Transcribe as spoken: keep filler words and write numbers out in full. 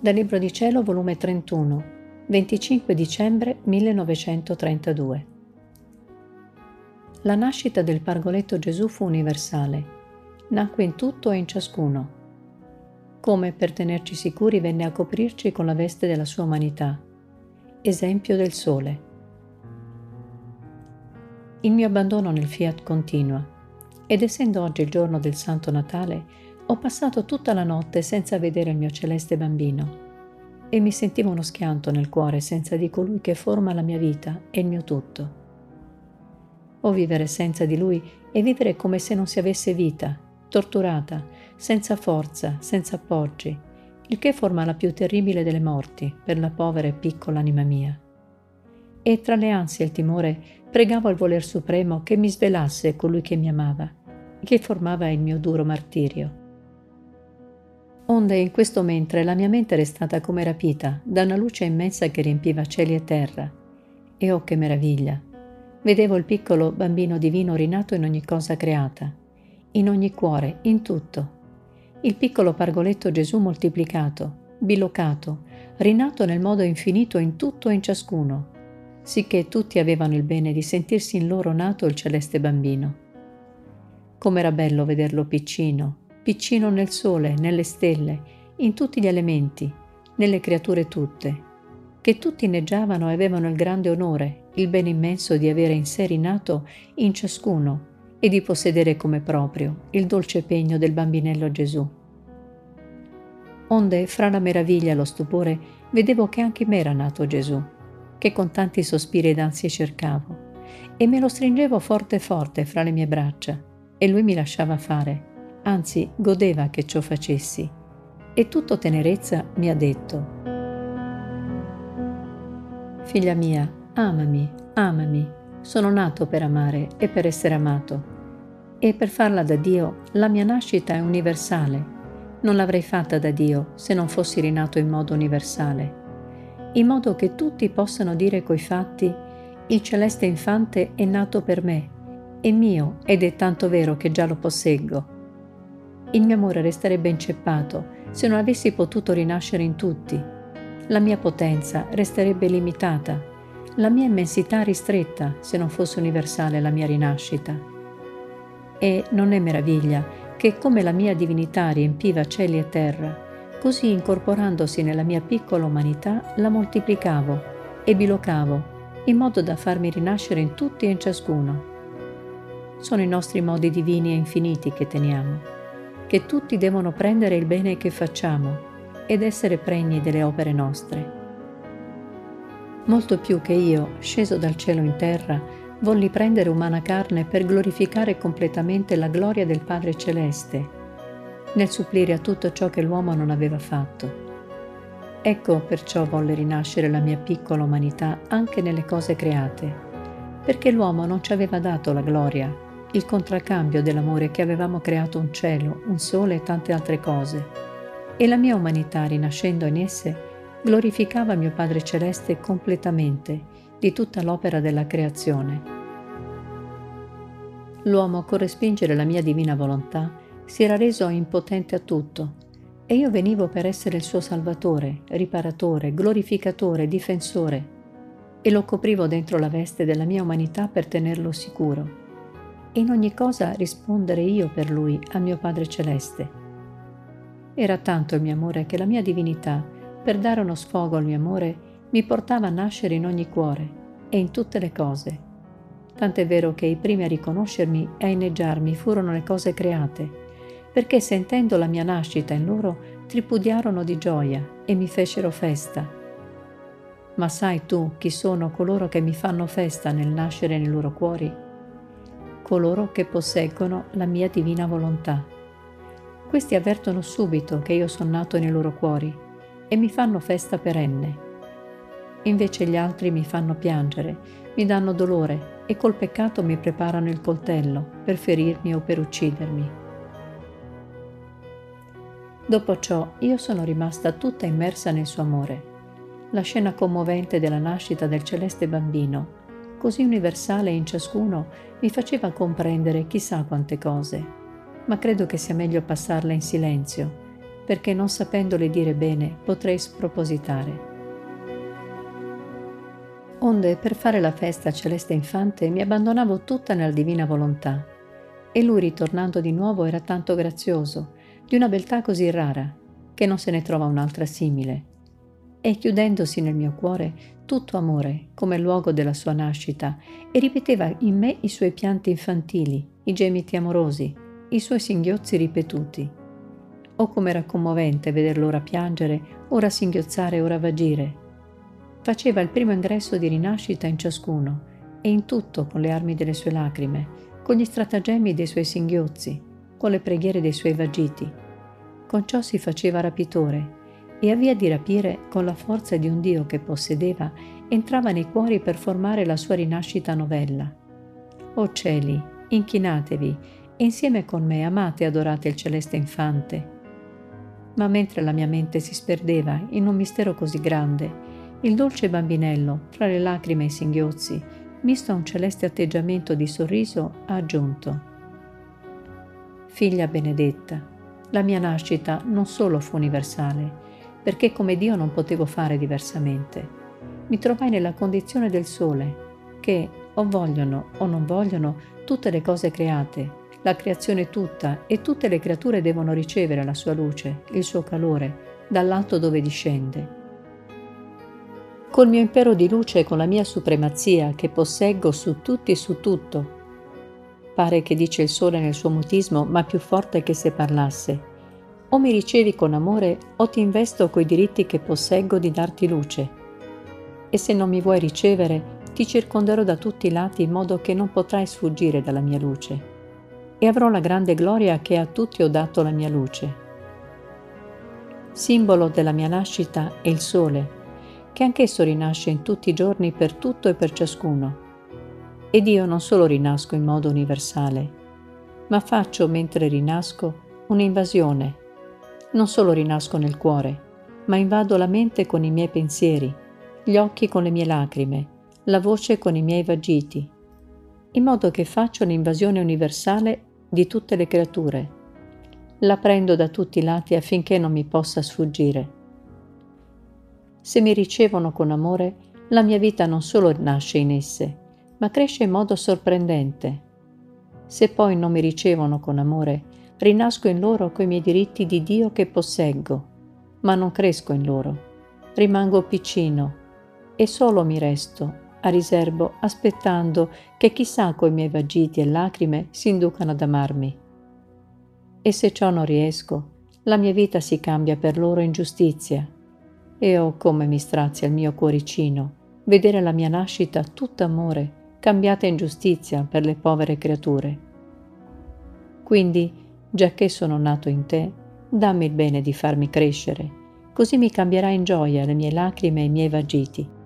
Dal Libro di Cielo, volume trentuno, venticinque dicembre millenovecentotrentadue. La nascita del pargoletto Gesù fu universale. Nacque in tutto e in ciascuno. Come per tenerci sicuri venne a coprirci con la veste della sua umanità, esempio del sole. Il mio abbandono nel Fiat continua, ed essendo oggi il giorno del Santo Natale, ho passato tutta la notte senza vedere il mio celeste bambino e mi sentivo uno schianto nel cuore senza di colui che forma la mia vita e il mio tutto. O vivere senza di lui e vivere come se non si avesse vita, torturata, senza forza, senza appoggi, il che forma la più terribile delle morti per la povera e piccola anima mia. E tra le ansie e il timore pregavo al voler supremo che mi svelasse colui che mi amava, che formava il mio duro martirio. Onde in questo mentre la mia mente era stata come rapita da una luce immensa che riempiva cieli e terra, e oh che meraviglia! Vedevo il piccolo bambino divino rinato in ogni cosa creata, in ogni cuore, in tutto. Il piccolo pargoletto Gesù moltiplicato, bilocato, rinato nel modo infinito in tutto e in ciascuno, sicché tutti avevano il bene di sentirsi in loro nato il celeste bambino. Com'era bello vederlo piccino, piccino nel sole, nelle stelle, in tutti gli elementi, nelle creature tutte, che tutti inneggiavano e avevano il grande onore, il bene immenso di avere in sé rinato in ciascuno e di possedere come proprio il dolce pegno del bambinello Gesù. Onde, fra la meraviglia e lo stupore, vedevo che anche in me era nato Gesù, che con tanti sospiri ed ansie cercavo, e me lo stringevo forte forte fra le mie braccia, e lui mi lasciava fare, anzi godeva che ciò facessi, e tutto tenerezza mi ha detto: «Figlia mia, amami, amami, sono nato per amare e per essere amato, e per farla da Dio la mia nascita è universale, non l'avrei fatta da Dio se non fossi rinato in modo universale, in modo che tutti possano dire coi fatti: il celeste infante è nato per me, è mio ed è tanto vero che già lo posseggo. Il mio amore resterebbe inceppato se non avessi potuto rinascere in tutti. La mia potenza resterebbe limitata, la mia immensità ristretta se non fosse universale la mia rinascita. E non è meraviglia che come la mia divinità riempiva cieli e terra, così incorporandosi nella mia piccola umanità la moltiplicavo e bilocavo in modo da farmi rinascere in tutti e in ciascuno. Sono i nostri modi divini e infiniti che teniamo, che tutti devono prendere il bene che facciamo ed essere pregni delle opere nostre. Molto più che io, sceso dal cielo in terra, volli prendere umana carne per glorificare completamente la gloria del Padre Celeste, nel supplire a tutto ciò che l'uomo non aveva fatto. Ecco perciò volle rinascere la mia piccola umanità anche nelle cose create, perché l'uomo non ci aveva dato la gloria, il contraccambio dell'amore che avevamo creato un cielo, un sole e tante altre cose, e la mia umanità, rinascendo in esse, glorificava mio Padre Celeste completamente di tutta l'opera della creazione. L'uomo, a corrispondere la mia divina volontà, si era reso impotente a tutto, e io venivo per essere il suo salvatore, riparatore, glorificatore, difensore, e lo coprivo dentro la veste della mia umanità per tenerlo sicuro, e in ogni cosa rispondere io per lui a mio Padre Celeste. Era tanto il mio amore che la mia divinità, per dare uno sfogo al mio amore, mi portava a nascere in ogni cuore e in tutte le cose. Tant'è vero che i primi a riconoscermi e a inneggiarmi furono le cose create, perché sentendo la mia nascita in loro tripudiarono di gioia e mi fecero festa. Ma sai tu chi sono coloro che mi fanno festa nel nascere nei loro cuori? Coloro che posseggono la mia divina volontà. Questi avvertono subito che io sono nato nei loro cuori e mi fanno festa perenne. Invece gli altri mi fanno piangere, mi danno dolore e col peccato mi preparano il coltello per ferirmi o per uccidermi. Dopo ciò io sono rimasta tutta immersa nel suo amore. La scena commovente della nascita del celeste bambino, così universale in ciascuno, mi faceva comprendere chissà quante cose, ma credo che sia meglio passarla in silenzio, perché non sapendole dire bene potrei spropositare. Onde per fare la festa a Celeste Infante mi abbandonavo tutta nella divina volontà, e lui ritornando di nuovo era tanto grazioso, di una beltà così rara, che non se ne trova un'altra simile, e chiudendosi nel mio cuore tutto amore come luogo della sua nascita, e ripeteva in me i suoi pianti infantili, i gemiti amorosi, i suoi singhiozzi ripetuti. Oh, com'era commovente vederlo ora piangere, ora singhiozzare, ora vagire. Faceva il primo ingresso di rinascita in ciascuno, e in tutto con le armi delle sue lacrime, con gli stratagemmi dei suoi singhiozzi, con le preghiere dei suoi vagiti. Con ciò si faceva rapitore, e a via di rapire, con la forza di un Dio che possedeva, entrava nei cuori per formare la sua rinascita novella. O cieli, inchinatevi, e insieme con me amate e adorate il celeste infante. Ma mentre la mia mente si sperdeva in un mistero così grande, il dolce bambinello, fra le lacrime e i singhiozzi, misto a un celeste atteggiamento di sorriso, ha aggiunto: «Figlia benedetta, la mia nascita non solo fu universale, perché come Dio non potevo fare diversamente. Mi trovai nella condizione del sole, che, o vogliono o non vogliono, tutte le cose create, la creazione tutta e tutte le creature devono ricevere la sua luce, il suo calore, dall'alto dove discende. Col mio impero di luce e con la mia supremazia che posseggo su tutti e su tutto. Pare che dice il sole nel suo mutismo, ma più forte che se parlasse. O mi ricevi con amore o ti investo coi diritti che posseggo di darti luce. E se non mi vuoi ricevere, ti circonderò da tutti i lati in modo che non potrai sfuggire dalla mia luce. E avrò la grande gloria che a tutti ho dato la mia luce. Simbolo della mia nascita è il sole, che anch'esso rinasce in tutti i giorni per tutto e per ciascuno. Ed io non solo rinasco in modo universale, ma faccio, mentre rinasco, un'invasione. Non solo rinasco nel cuore, ma invado la mente con i miei pensieri, gli occhi con le mie lacrime, la voce con i miei vagiti, in modo che faccio l'invasione universale di tutte le creature. La prendo da tutti i lati affinché non mi possa sfuggire. Se mi ricevono con amore, la mia vita non solo nasce in esse, ma cresce in modo sorprendente. Se poi non mi ricevono con amore, rinasco in loro coi miei diritti di Dio che posseggo, ma non cresco in loro. Rimango piccino e solo mi resto, a riservo, aspettando che chissà coi miei vagiti e lacrime si inducano ad amarmi. E se ciò non riesco, la mia vita si cambia per loro in giustizia. E oh, come mi strazia il mio cuoricino vedere la mia nascita tutta amore cambiata in giustizia per le povere creature. Quindi, giacché sono nato in te, dammi il bene di farmi crescere, così mi cambierai in gioia le mie lacrime e i miei vagiti.